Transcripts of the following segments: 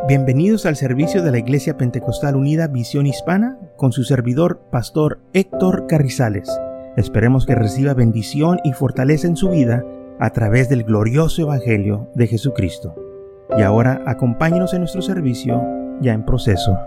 Bienvenidos al servicio de la Iglesia Pentecostal Unida Visión Hispana con su servidor, Pastor Héctor Carrizales. Esperemos que reciba bendición y fortaleza en su vida a través del glorioso Evangelio de Jesucristo. Y ahora acompáñenos en nuestro servicio ya en proceso.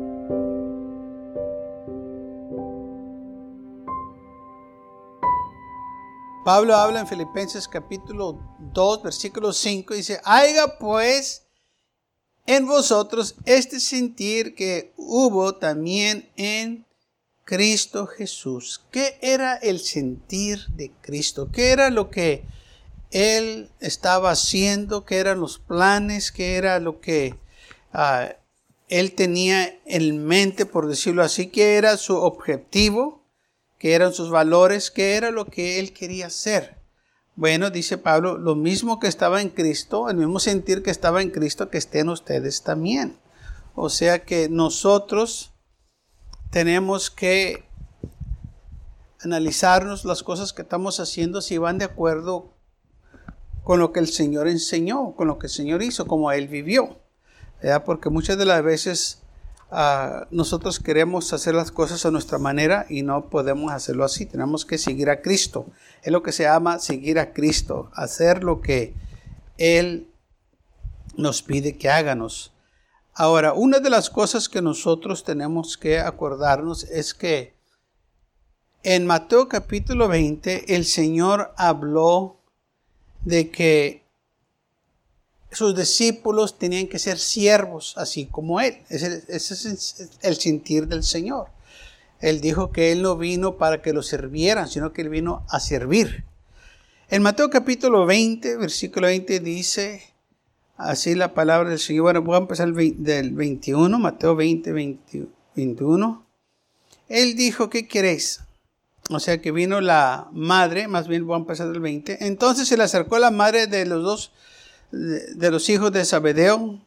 Pablo habla en Filipenses capítulo 2, versículo 5, dice: haya pues en vosotros este sentir que hubo también en Cristo Jesús. ¿Qué era el sentir de Cristo? ¿Qué era lo que Él estaba haciendo? ¿Qué eran los planes? ¿Qué era lo que Él tenía en mente, por decirlo así? ¿Qué era su objetivo? ¿Qué eran sus valores? ¿Qué era lo que Él quería hacer? Bueno, dice Pablo, lo mismo que estaba en Cristo, el mismo sentir que estaba en Cristo, que esté en ustedes también. O sea que nosotros tenemos que analizarnos las cosas que estamos haciendo, si van de acuerdo con lo que el Señor enseñó, con lo que el Señor hizo, como Él vivió. ¿Verdad? Porque muchas de las veces nosotros queremos hacer las cosas a nuestra manera y no podemos hacerlo así. Tenemos que seguir a Cristo. Es lo que se llama seguir a Cristo, hacer lo que Él nos pide que hagamos. Ahora, una de las cosas que nosotros tenemos que acordarnos es que en Mateo capítulo 20 el Señor habló de que sus discípulos tenían que ser siervos, así como Él. Ese es el sentir del Señor. Él dijo que Él no vino para que lo sirvieran, sino que Él vino a servir. En Mateo capítulo 20, versículo 20 dice así la palabra del Señor. Bueno, voy a empezar del 21, Mateo 20, 21. Él dijo: ¿qué queréis? O sea que vino la madre, más bien voy a empezar del 20. Entonces se le acercó la madre de los hijos de Zebedeo.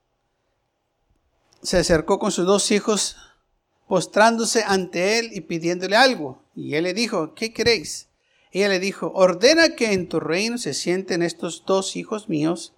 Se acercó con sus dos hijos, postrándose ante él y pidiéndole algo. Y él le dijo: ¿qué queréis? Ella le dijo: ordena que en tu reino se sienten estos dos hijos míos,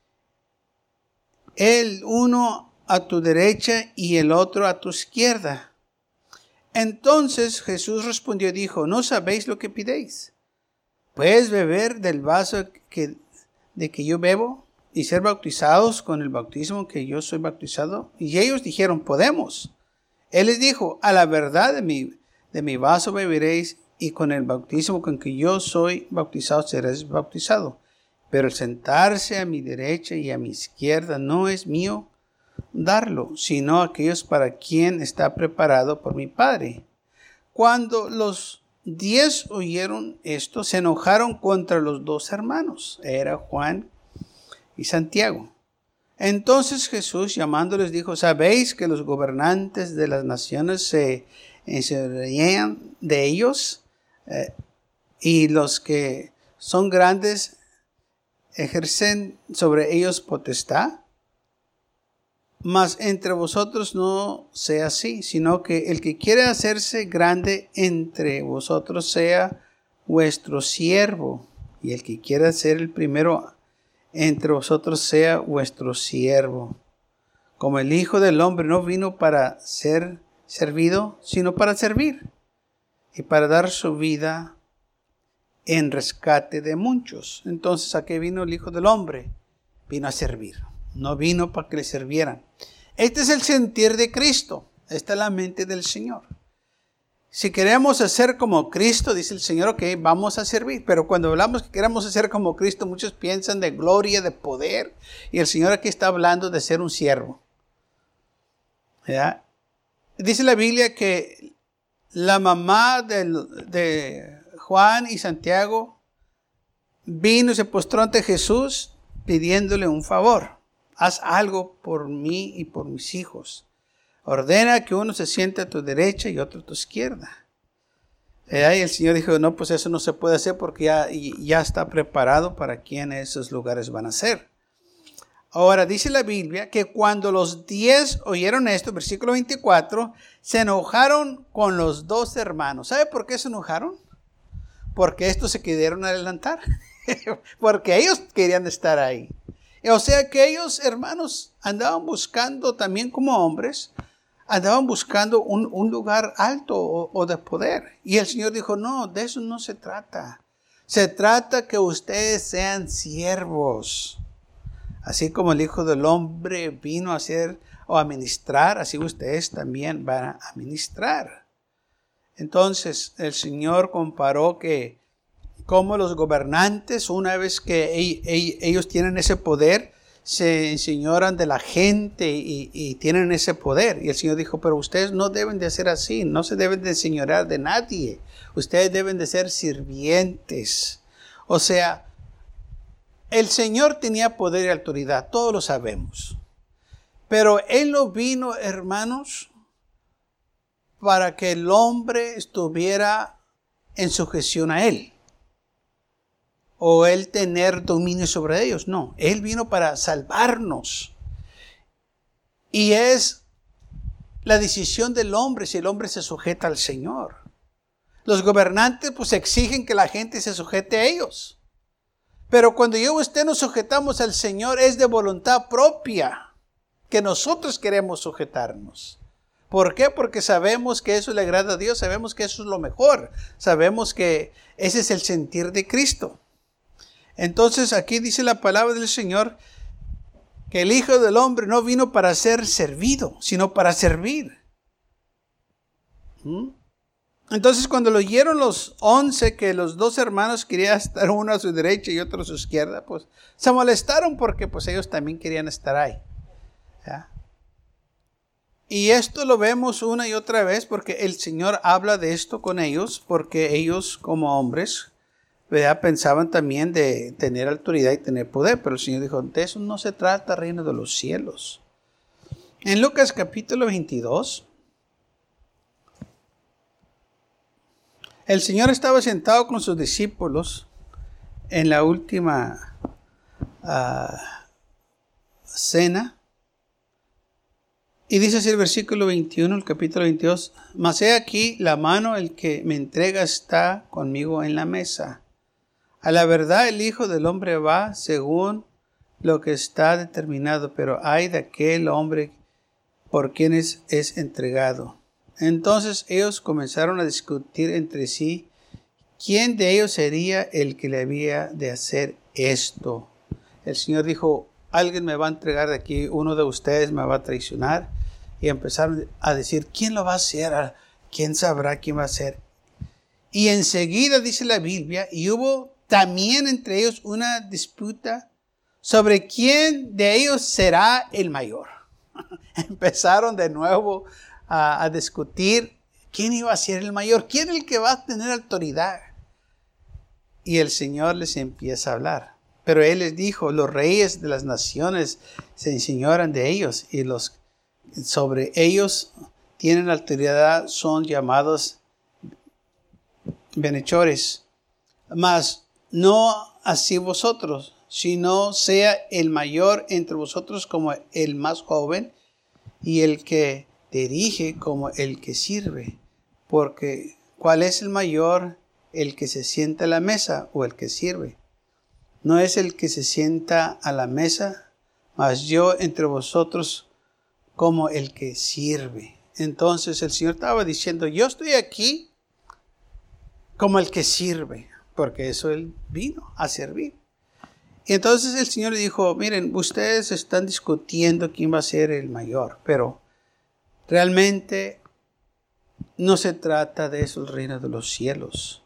el uno a tu derecha y el otro a tu izquierda. Entonces Jesús respondió y dijo: ¿no sabéis lo que pidéis? ¿Puedes beber del vaso de que yo bebo y ser bautizados con el bautismo que yo soy bautizado? Y ellos dijeron: podemos. Él les dijo: a la verdad de mi vaso beberéis, y con el bautismo con que yo soy bautizado seréis bautizado. Pero el sentarse a mi derecha y a mi izquierda no es mío darlo, sino aquellos para quien está preparado por mi Padre. Cuando los 10 oyeron esto, se enojaron contra los dos hermanos. Era Juan y Santiago. Entonces Jesús, llamándoles, dijo: ¿sabéis que los gobernantes de las naciones se enseñorean de ellos? Y los que son grandes ejercen sobre ellos potestad. Mas entre vosotros no sea así, sino que el que quiere hacerse grande entre vosotros sea vuestro siervo, y el que quiera ser el primero entre vosotros sea vuestro siervo. Como el Hijo del Hombre no vino para ser servido, sino para servir, y para dar su vida en rescate de muchos. Entonces, ¿a qué vino el Hijo del Hombre? Vino a servir. No vino para que le sirvieran. Este es el sentir de Cristo. Esta es la mente del Señor. Si queremos hacer como Cristo, dice el Señor, ok, vamos a servir. Pero cuando hablamos que queremos hacer como Cristo, muchos piensan de gloria, de poder. Y el Señor aquí está hablando de ser un siervo. ¿Ya? Dice la Biblia que la mamá de Juan y Santiago vino y se postró ante Jesús pidiéndole un favor. Haz algo por mí y por mis hijos. Ordena que uno se siente a tu derecha y otro a tu izquierda. Y el Señor dijo: no, pues eso no se puede hacer porque ya está preparado para quien esos lugares van a ser. Ahora dice la Biblia que cuando los 10 oyeron esto, versículo 24, se enojaron con los dos hermanos. ¿Sabe por qué se enojaron? Porque estos se quisieron adelantar. Porque ellos querían estar ahí. O sea que ellos, hermanos, andaban buscando también como hombres, andaban buscando un lugar alto o de poder. Y el Señor dijo, no, de eso no se trata. Se trata que ustedes sean siervos. Así como el Hijo del Hombre vino a ser o a ministrar, así ustedes también van a ministrar. Entonces el Señor comparó que como los gobernantes, una vez que ellos tienen ese poder, se enseñoran de la gente y tienen ese poder. Y el Señor dijo, pero ustedes no deben de hacer así, no se deben de enseñorear de nadie. Ustedes deben de ser sirvientes. O sea, el Señor tenía poder y autoridad, todos lo sabemos. Pero Él no vino, hermanos, para que el hombre estuviera en sujeción a Él. O Él tener dominio sobre ellos. No, Él vino para salvarnos. Y es la decisión del hombre si el hombre se sujeta al Señor. Los gobernantes pues exigen que la gente se sujete a ellos. Pero cuando yo y usted nos sujetamos al Señor es de voluntad propia que nosotros queremos sujetarnos. ¿Por qué? Porque sabemos que eso le agrada a Dios, sabemos que eso es lo mejor, sabemos que ese es el sentir de Cristo. Entonces aquí dice la palabra del Señor que el Hijo del Hombre no vino para ser servido, sino para servir. Entonces cuando lo oyeron los 11, que los dos hermanos querían estar uno a su derecha y otro a su izquierda, pues se molestaron porque pues ellos también querían estar ahí. ¿Ya? Y esto lo vemos una y otra vez porque el Señor habla de esto con ellos, porque ellos como hombres, ¿verdad?, pensaban también de tener autoridad y tener poder, pero el Señor dijo, de eso no se trata, reino de los cielos. En Lucas capítulo 22, el Señor estaba sentado con sus discípulos en la última cena. Y dice así el versículo 21, el capítulo 22, mas he aquí la mano, el que me entrega está conmigo en la mesa. A la verdad el Hijo del Hombre va según lo que está determinado, pero ay de aquel hombre por quien es entregado. Entonces ellos comenzaron a discutir entre sí quién de ellos sería el que le había de hacer esto. El Señor dijo, alguien me va a entregar de aquí, uno de ustedes me va a traicionar. Y empezaron a decir, ¿quién lo va a hacer? ¿Quién sabrá quién va a hacer? Y enseguida dice la Biblia, y hubo también entre ellos una disputa sobre quién de ellos será el mayor. Empezaron de nuevo a discutir quién iba a ser el mayor, quién es el que va a tener autoridad. Y el Señor les empieza a hablar. Pero Él les dijo, los reyes de las naciones se enseñoran de ellos y los sobre ellos tienen autoridad, son llamados bienhechores. Mas no así vosotros, sino sea el mayor entre vosotros como el más joven y el que dirige como el que sirve. Porque ¿cuál es el mayor? ¿El que se sienta a la mesa o el que sirve? No es el que se sienta a la mesa, mas yo entre vosotros como el que sirve. Entonces el Señor estaba diciendo, yo estoy aquí como el que sirve, porque eso Él vino a servir. Y entonces el Señor le dijo, miren, ustedes están discutiendo quién va a ser el mayor, pero realmente no se trata de eso el reino de los cielos.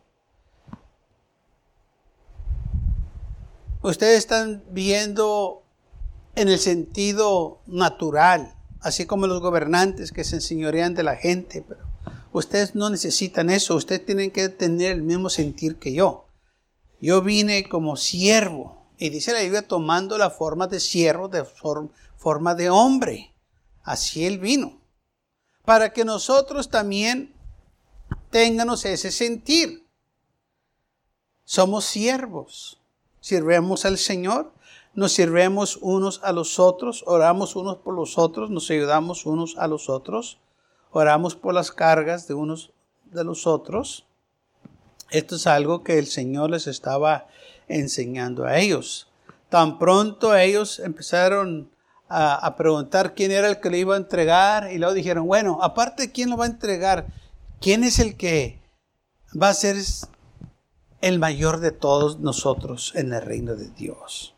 Ustedes están viendo en el sentido natural, así como los gobernantes que se enseñorean de la gente, pero ustedes no necesitan eso, ustedes tienen que tener el mismo sentir que yo. Yo vine como siervo, y dice la Biblia, tomando la forma de siervo, de forma de hombre. Así Él vino, para que nosotros también tengamos ese sentir. Somos siervos, sirvemos al Señor. Nos sirvemos unos a los otros, oramos unos por los otros, nos ayudamos unos a los otros, oramos por las cargas de unos de los otros. Esto es algo que el Señor les estaba enseñando a ellos. Tan pronto ellos empezaron a preguntar quién era el que lo iba a entregar, y luego dijeron, bueno, aparte de quién lo va a entregar, ¿quién es el que va a ser el mayor de todos nosotros en el reino de Dios?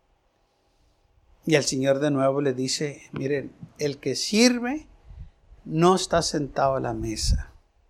Y el Señor de nuevo le dice, miren, el que sirve no está sentado a la mesa.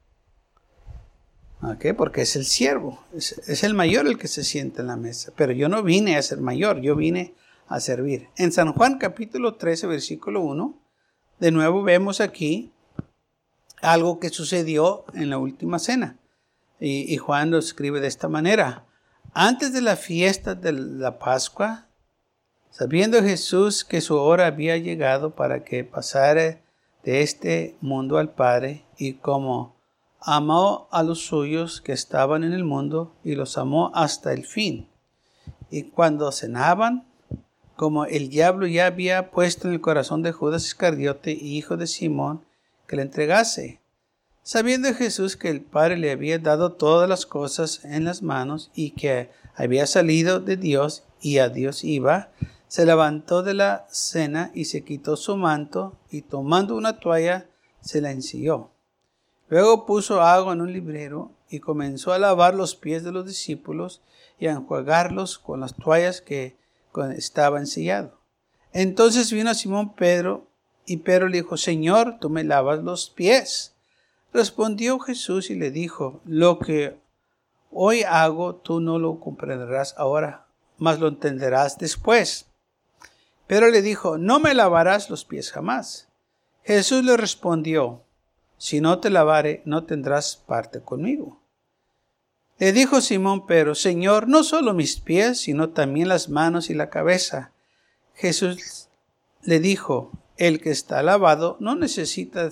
¿Ok? Porque es el siervo, es el mayor el que se sienta en la mesa. Pero yo no vine a ser mayor, yo vine a servir. En San Juan capítulo 13, versículo 1, de nuevo vemos aquí algo que sucedió en la última cena. Y Juan lo escribe de esta manera. Antes de la fiesta de la Pascua, sabiendo Jesús que su hora había llegado para que pasara de este mundo al Padre, y como amó a los suyos que estaban en el mundo, y los amó hasta el fin. Y cuando cenaban, como el diablo ya había puesto en el corazón de Judas Iscariote, hijo de Simón, que le entregase, sabiendo Jesús que el Padre le había dado todas las cosas en las manos, y que había salido de Dios y a Dios iba, se levantó de la cena y se quitó su manto, y tomando una toalla se la encindió. Luego puso agua en un librero y comenzó a lavar los pies de los discípulos y a enjuagarlos con las toallas que estaba ensillado. Entonces vino a Simón Pedro, y Pedro le dijo, Señor, ¿tú me lavas los pies? Respondió Jesús y le dijo, lo que hoy hago tú no lo comprenderás ahora, mas lo entenderás después. Pedro le dijo, no me lavarás los pies jamás. Jesús le respondió, si no te lavare, no tendrás parte conmigo. Le dijo Simón Pedro, Señor, no solo mis pies, sino también las manos y la cabeza. Jesús le dijo, el que está lavado no necesita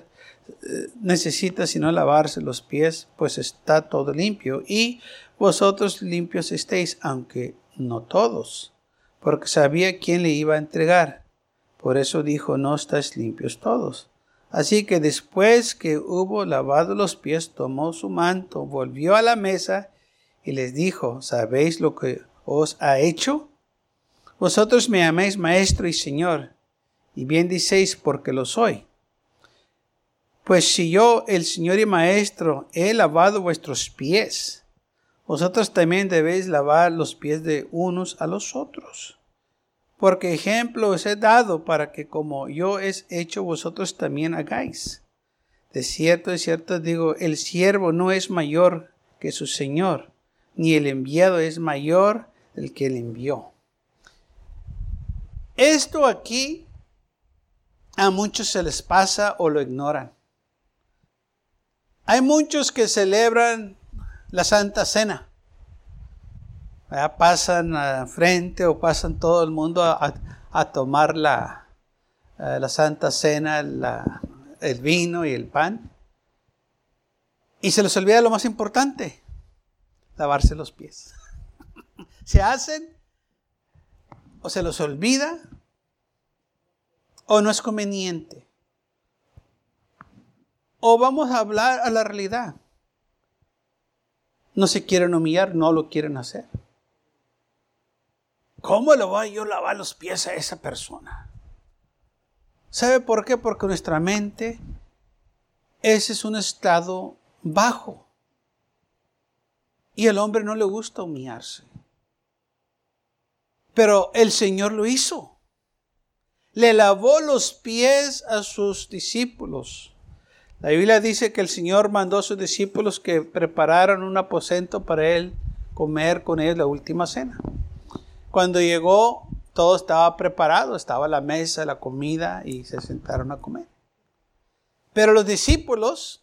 sino lavarse los pies, pues está todo limpio, y vosotros limpios estéis, aunque no todos, porque sabía quién le iba a entregar. Por eso dijo, no estáis limpios todos. Así que después que hubo lavado los pies, tomó su manto, volvió a la mesa y les dijo, ¿sabéis lo que os ha hecho? Vosotros me llaméis maestro y señor, y bien decéis porque lo soy. Pues si yo, el Señor y Maestro, he lavado vuestros pies, vosotros también debéis lavar los pies de unos a los otros. Porque ejemplo os he dado para que como yo he hecho, vosotros también hagáis. De cierto digo, el siervo no es mayor que su Señor, ni el enviado es mayor del que le envió. Esto aquí a muchos se les pasa o lo ignoran. Hay muchos que celebran la Santa Cena. Pasan al frente o pasan todo el mundo a tomar la Santa Cena, el vino y el pan. Y se les olvida lo más importante, lavarse los pies. Se hacen o se los olvida o no es conveniente. O vamos a hablar a la realidad. No se quieren humillar, no lo quieren hacer. ¿Cómo le voy yo a lavar los pies a esa persona? ¿Sabe por qué? Porque nuestra mente, ese es un estado bajo. Y al hombre no le gusta humillarse. Pero el Señor lo hizo. Le lavó los pies a sus discípulos. La Biblia dice que el Señor mandó a sus discípulos que prepararan un aposento para Él comer con ellos la última cena. Cuando llegó, todo estaba preparado, estaba la mesa, la comida y se sentaron a comer. Pero los discípulos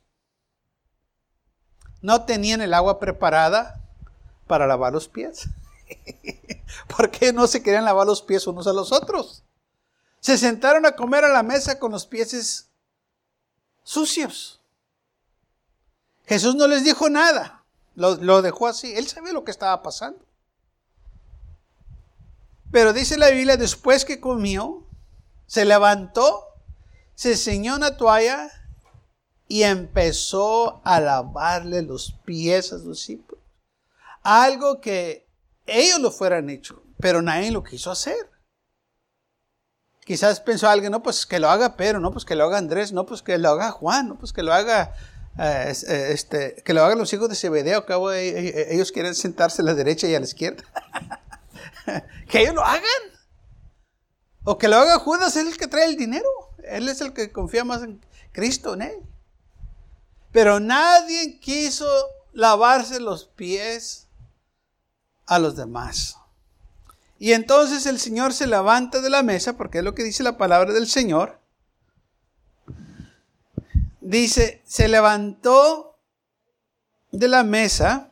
no tenían el agua preparada para lavar los pies. ¿Por qué no se querían lavar los pies unos a los otros? Se sentaron a comer a la mesa con los pies sucios. Jesús no les dijo nada, lo dejó así. Él sabía lo que estaba pasando. Pero dice la Biblia, después que comió, se levantó, se ciñó una toalla y empezó a lavarle los pies a sus discípulos. Algo que ellos lo fueran hecho, pero nadie lo quiso hacer. Quizás pensó alguien, no, pues que lo haga Pedro, no, pues que lo haga Andrés, no, pues que lo haga Juan, no, pues que lo haga que lo hagan los hijos de Zebedeo, que ellos quieren sentarse a la derecha y a la izquierda. Que ellos lo hagan. O que lo haga Judas, él es el que trae el dinero. Él es el que confía más en Cristo, en él. Pero nadie quiso lavarse los pies a los demás. Y entonces el Señor se levanta de la mesa, porque es lo que dice la palabra del Señor. Dice, se levantó de la mesa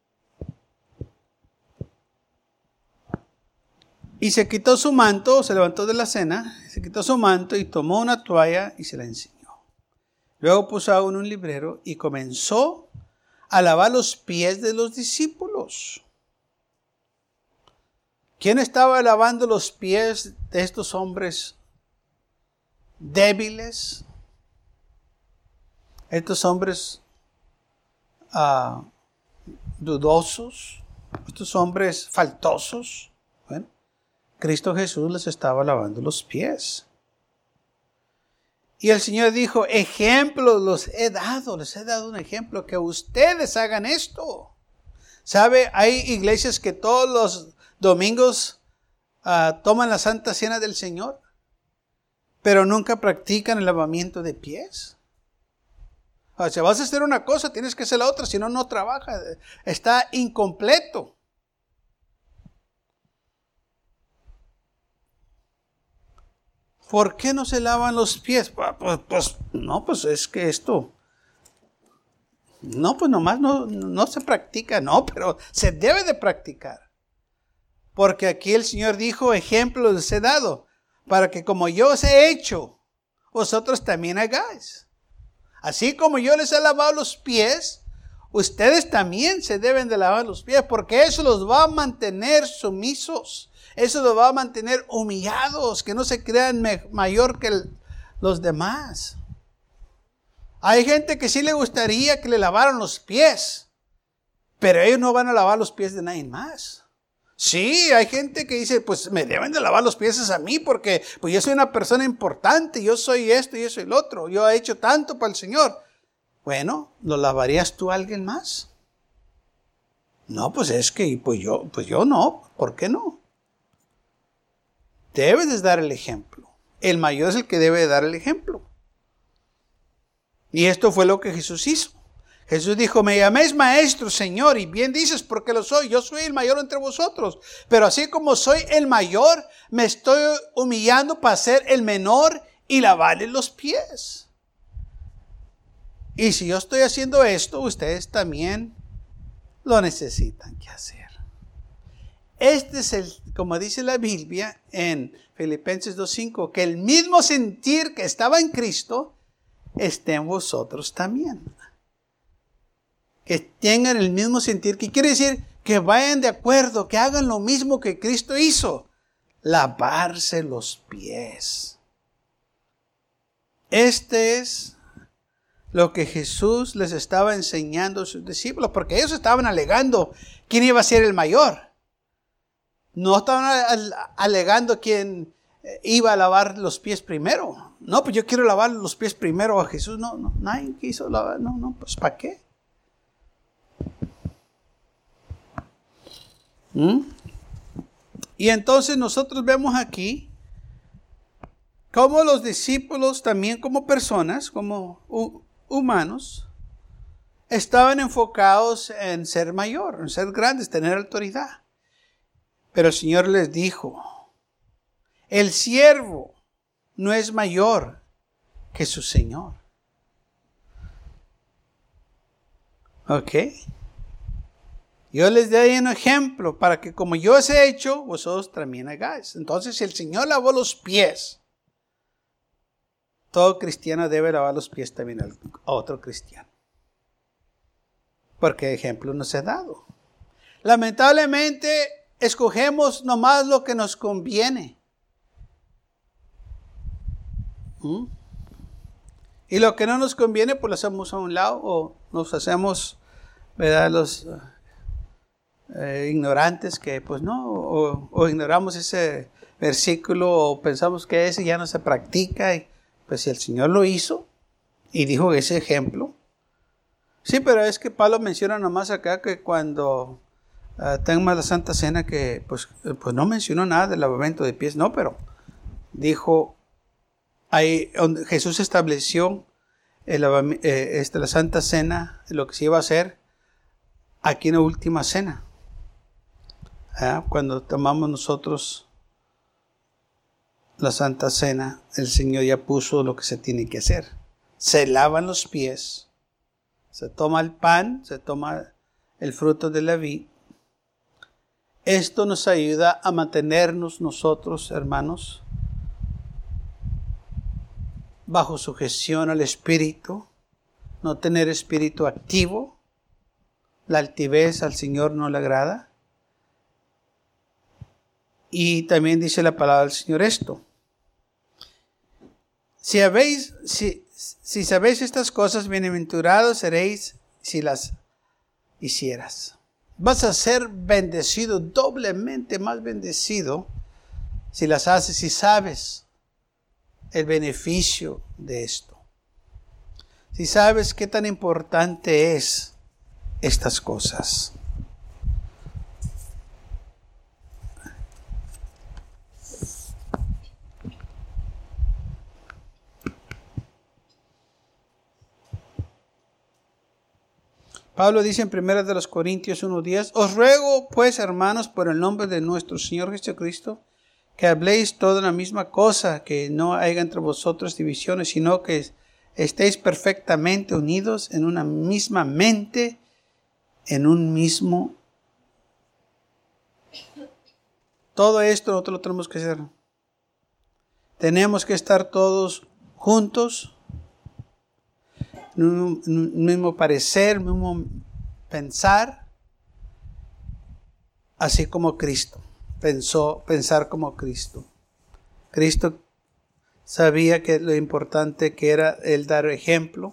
y se quitó su manto, se levantó de la cena, se quitó su manto y tomó una toalla y se la enseñó. Luego puso agua en un librero y comenzó a lavar los pies de los discípulos. ¿Quién estaba lavando los pies de estos hombres débiles? Estos hombres dudosos, estos hombres faltosos. Bueno, Cristo Jesús les estaba lavando los pies. Y el Señor dijo, ejemplos les he dado un ejemplo, que ustedes hagan esto. ¿Sabe? Hay iglesias que todos los domingos toman la Santa Cena del Señor, pero nunca practican el lavamiento de pies. O sea, vas a hacer una cosa, tienes que hacer la otra, si no, no trabaja. Está incompleto. ¿Por qué no se lavan los pies? Pues es que esto... No, pues nomás no se practica, no, pero se debe de practicar. Porque aquí el Señor dijo, ejemplos les he dado, para que como yo os he hecho, vosotros también hagáis. Así como yo les he lavado los pies, ustedes también se deben de lavar los pies, porque eso los va a mantener sumisos. Eso los va a mantener humillados, que no se crean mayor que los demás. Hay gente que sí le gustaría que le lavaran los pies, pero ellos no van a lavar los pies de nadie más. Sí, hay gente que dice, pues me deben de lavar los pies a mí, porque pues yo soy una persona importante, yo soy esto y yo soy el otro, yo he hecho tanto para el Señor. Bueno, ¿lo lavarías tú a alguien más? No, pues es que pues yo no, ¿por qué no? Debes de dar el ejemplo. El mayor es el que debe de dar el ejemplo. Y esto fue lo que Jesús hizo. Jesús dijo, me llaméis maestro, Señor, y bien dices, porque lo soy. Yo soy el mayor entre vosotros. Pero así como soy el mayor, me estoy humillando para ser el menor y lavarle los pies. Y si yo estoy haciendo esto, ustedes también lo necesitan que hacer. Este es como dice la Biblia en Filipenses 2:5, que el mismo sentir que estaba en Cristo esté en vosotros también. Que tengan el mismo sentir, que quiere decir que vayan de acuerdo, que hagan lo mismo que Cristo hizo, lavarse los pies. Este es lo que Jesús les estaba enseñando a sus discípulos, porque ellos estaban alegando quién iba a ser el mayor. No estaban alegando quién iba a lavar los pies primero. No, pues yo quiero lavar los pies primero a Jesús. No, nadie quiso lavar. No, pues ¿para qué? Y entonces nosotros vemos aquí cómo los discípulos también como personas, como humanos, estaban enfocados en ser mayor, en ser grandes, tener autoridad. Pero el Señor les dijo, el siervo no es mayor que su Señor. ¿Ok? Yo les doy un ejemplo para que como yo os he hecho, vosotros también hagáis. Entonces, si el Señor lavó los pies, todo cristiano debe lavar los pies también a otro cristiano. Porque ejemplo nos ha dado. Lamentablemente, escogemos nomás lo que nos conviene. Y lo que no nos conviene, pues lo hacemos a un lado o nos hacemos, ¿verdad? ignorantes que pues no, o ignoramos ese versículo o pensamos que ese ya no se practica. Y, pues si el Señor lo hizo y dijo ese ejemplo. Sí, pero es que Pablo menciona nomás acá que cuando tenga la Santa Cena que pues no mencionó nada del lavamiento de pies, no, pero dijo ahí donde Jesús estableció la Santa Cena, lo que se iba a hacer aquí en la última cena. Cuando tomamos nosotros la Santa Cena, el Señor ya puso lo que se tiene que hacer. Se lavan los pies, se toma el pan, se toma el fruto de la vid. Esto nos ayuda a mantenernos nosotros, hermanos, bajo sujeción al Espíritu, no tener espíritu activo. La altivez al Señor no le agrada. Y también dice la palabra del Señor esto. Si sabéis estas cosas, bienaventurados seréis si las hicieras. Vas a ser bendecido, doblemente más bendecido, si las haces y sabes el beneficio de esto. Si sabes qué tan importante es estas cosas. Pablo dice en 1 Corintios 1:10, os ruego pues, hermanos, por el nombre de nuestro Señor Jesucristo, que habléis toda la misma cosa, que no haya entre vosotros divisiones, sino que estéis perfectamente unidos en una misma mente, en un mismo. Todo esto nosotros lo tenemos que hacer. Tenemos que estar todos juntos, un mismo parecer, un mismo pensar, así como Cristo pensar como Cristo. Cristo sabía que lo importante que era el dar ejemplo,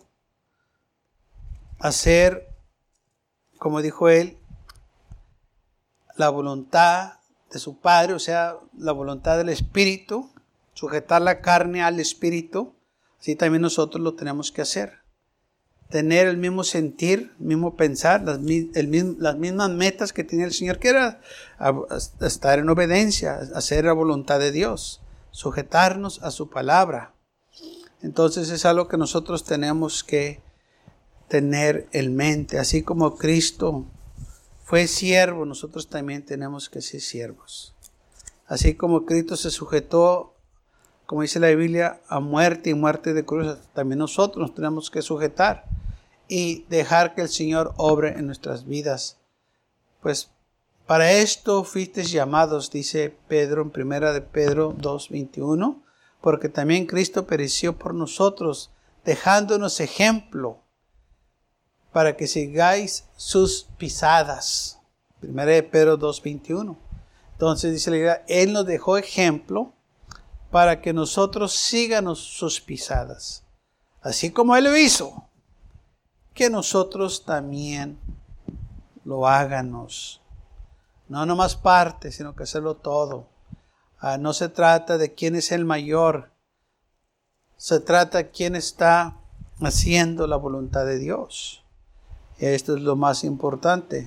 hacer, como dijo él, la voluntad de su Padre, o sea, la voluntad del Espíritu, sujetar la carne al Espíritu. Así también nosotros lo tenemos que hacer. Tener el mismo sentir, el mismo pensar, las mismas metas que tiene el Señor, que era estar en obediencia, hacer la voluntad de Dios, sujetarnos a su palabra. Entonces es algo que nosotros tenemos que tener en mente. Así como Cristo fue siervo, nosotros también tenemos que ser siervos. Así como Cristo se sujetó, como dice la Biblia, a muerte y muerte de cruz, también nosotros nos tenemos que sujetar y dejar que el Señor obre en nuestras vidas. Pues para esto fuisteis llamados, dice Pedro en 1 de Pedro 2:21, porque también Cristo pereció por nosotros, dejándonos ejemplo para que sigáis sus pisadas. 1 de Pedro 2:21. Entonces dice la Biblia, Él nos dejó ejemplo para que nosotros sigamos sus pisadas. Así como Él lo hizo, que nosotros también lo hagamos. No nomás parte, sino que hacerlo todo. No se trata de quién es el mayor. Se trata de quién está haciendo la voluntad de Dios. Esto es lo más importante.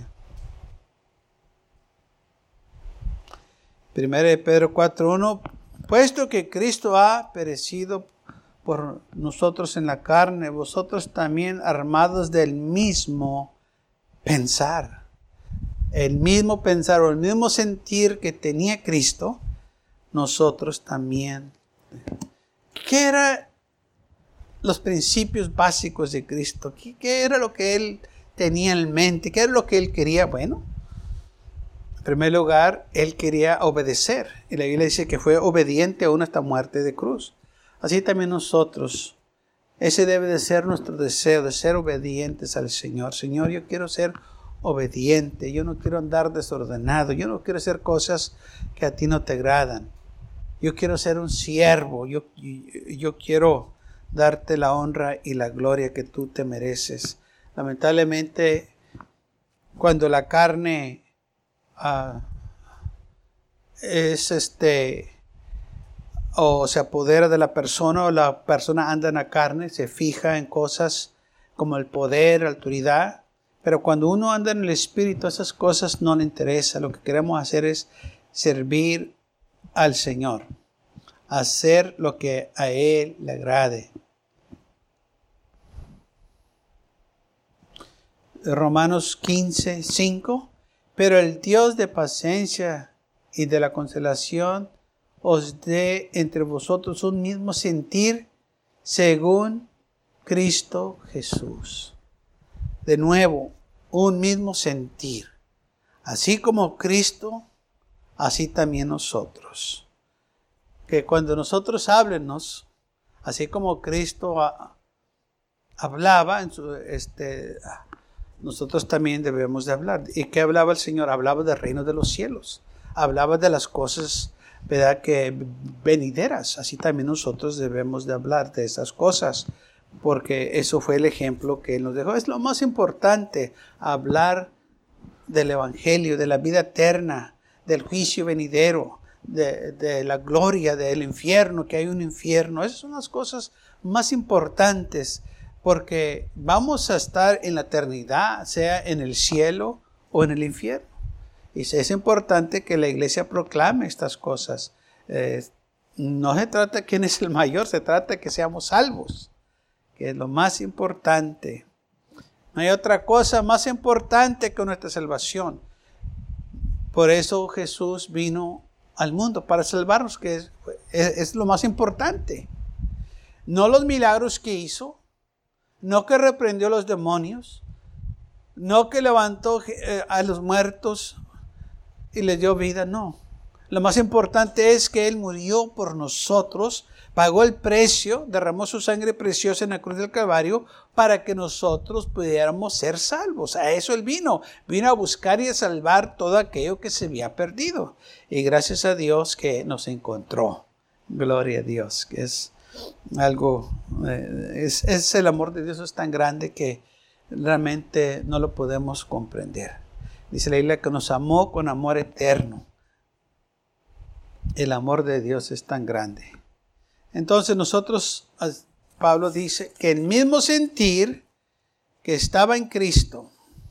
1 de Pedro 4:1, puesto que Cristo ha perecido por nosotros en la carne, vosotros también armados del mismo pensar. El mismo pensar o el mismo sentir que tenía Cristo, nosotros también. ¿Qué eran los principios básicos de Cristo? ¿Qué era lo que Él tenía en mente? ¿Qué era lo que Él quería? Bueno, en primer lugar, Él quería obedecer. Y la Biblia dice que fue obediente aún hasta muerte de cruz. Así también nosotros. Ese debe de ser nuestro deseo, de ser obedientes al Señor. Señor, yo quiero ser obediente. Yo no quiero andar desordenado. Yo no quiero hacer cosas que a ti no te agradan. Yo quiero ser un siervo. Yo quiero darte la honra y la gloria que tú te mereces. Lamentablemente, cuando la carne o se apodera de la persona, o la persona anda en la carne, se fija en cosas como el poder, la autoridad. Pero cuando uno anda en el Espíritu, esas cosas no le interesan. Lo que queremos hacer es servir al Señor, hacer lo que a Él le agrade. Romanos 15:5. Pero el Dios de paciencia y de la consolación os dé entre vosotros un mismo sentir según Cristo Jesús. De nuevo, un mismo sentir. Así como Cristo, así también nosotros. Que cuando nosotros háblenos, así como Cristo hablaba, nosotros también debemos de hablar. ¿Y qué hablaba el Señor? Hablaba del reino de los cielos. Hablaba de las cosas, ¿verdad?, que venideras. Así también nosotros debemos de hablar de esas cosas, porque eso fue el ejemplo que Él nos dejó. Es lo más importante, hablar del Evangelio, de la vida eterna, del juicio venidero, de la gloria del infierno, que hay un infierno. Esas son las cosas más importantes, porque vamos a estar en la eternidad, sea en el cielo o en el infierno. Y es importante que la iglesia proclame estas cosas. No se trata de quién es el mayor, se trata de que seamos salvos, que es lo más importante. No hay otra cosa más importante que nuestra salvación. Por eso Jesús vino al mundo, para salvarnos, que es lo más importante. No los milagros que hizo, no que reprendió a los demonios, no que levantó a los muertos y les dio vida, no. Lo más importante es que Él murió por nosotros, pagó el precio, derramó su sangre preciosa en la cruz del Calvario para que nosotros pudiéramos ser salvos. A eso Él vino a buscar y a salvar todo aquello que se había perdido. Y gracias a Dios que nos encontró. Gloria a Dios, que es algo, es el amor de Dios es tan grande que realmente no lo podemos comprender. Dice la Biblia que nos amó con amor eterno. El amor de Dios es tan grande. Entonces nosotros, Pablo dice que el mismo sentir que estaba en Cristo,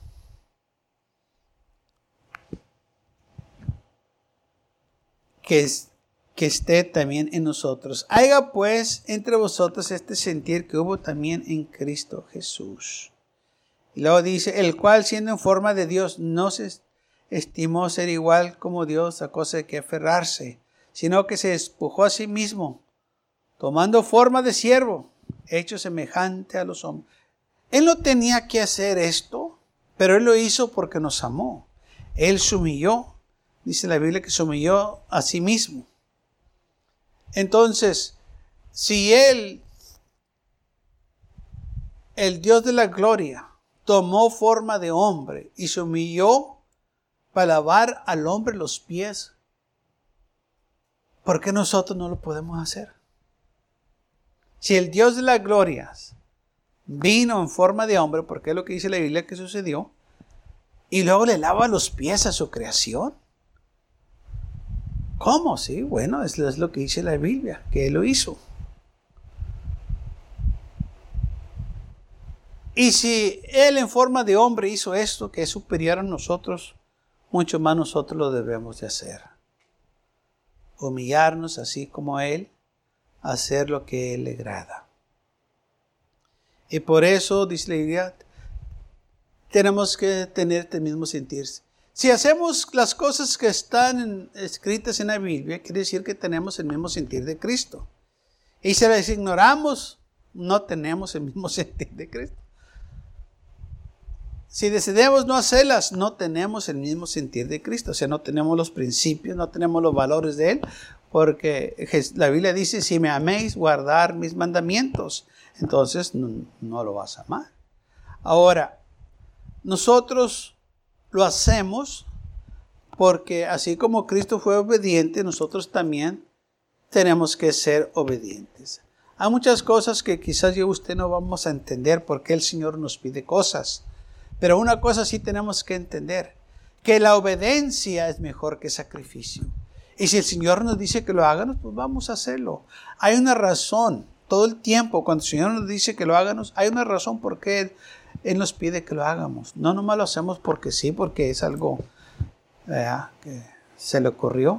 que esté también en nosotros. Haya pues entre vosotros este sentir que hubo también en Cristo Jesús. Y luego dice, el cual siendo en forma de Dios no se estimó ser igual como Dios a cosa de que aferrarse, sino que se despojó a sí mismo, tomando forma de siervo, hecho semejante a los hombres. Él no tenía que hacer esto, pero Él lo hizo porque nos amó. Él se humilló, dice la Biblia que se humilló a sí mismo. Entonces, si Él, el Dios de la gloria, tomó forma de hombre y se humilló para lavar al hombre los pies, ¿por qué nosotros no lo podemos hacer? Si el Dios de la gloria vino en forma de hombre, porque es lo que dice la Biblia que sucedió, y luego le lava los pies a su creación. ¿Cómo? Sí, bueno, es lo que dice la Biblia, que Él lo hizo. Y si Él en forma de hombre hizo esto, que es superior a nosotros, mucho más nosotros lo debemos de hacer. Humillarnos así como Él, hacer lo que Él le agrada. Y por eso, dice la Biblia, tenemos que tener el mismo sentir. Si hacemos las cosas que están escritas en la Biblia, quiere decir que tenemos el mismo sentir de Cristo. Y si las ignoramos, no tenemos el mismo sentir de Cristo. Si decidimos no hacerlas, no tenemos el mismo sentir de Cristo. O sea, no tenemos los principios, no tenemos los valores de Él. Porque la Biblia dice, si me améis, guardar mis mandamientos. Entonces no lo vas a amar. Ahora, nosotros lo hacemos porque así como Cristo fue obediente, nosotros también tenemos que ser obedientes. Hay muchas cosas que quizás yo y usted no vamos a entender porque el Señor nos pide cosas. Pero una cosa sí tenemos que entender, que la obediencia es mejor que sacrificio. Y si el Señor nos dice que lo hagamos, pues vamos a hacerlo. Hay una razón. Todo el tiempo, cuando el Señor nos dice que lo hagamos, hay una razón por qué Él nos pide que lo hagamos. No nomás lo hacemos porque sí, porque es algo que se le ocurrió.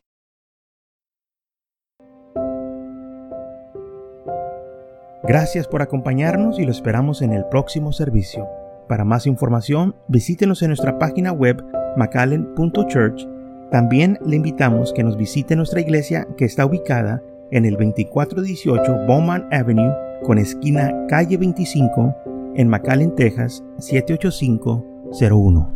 Gracias por acompañarnos y lo esperamos en el próximo servicio. Para más información, visítenos en nuestra página web mcallen.church. También le invitamos que nos visite nuestra iglesia que está ubicada en el 2418 Bowman Avenue con esquina calle 25 en McAllen, Texas 78501.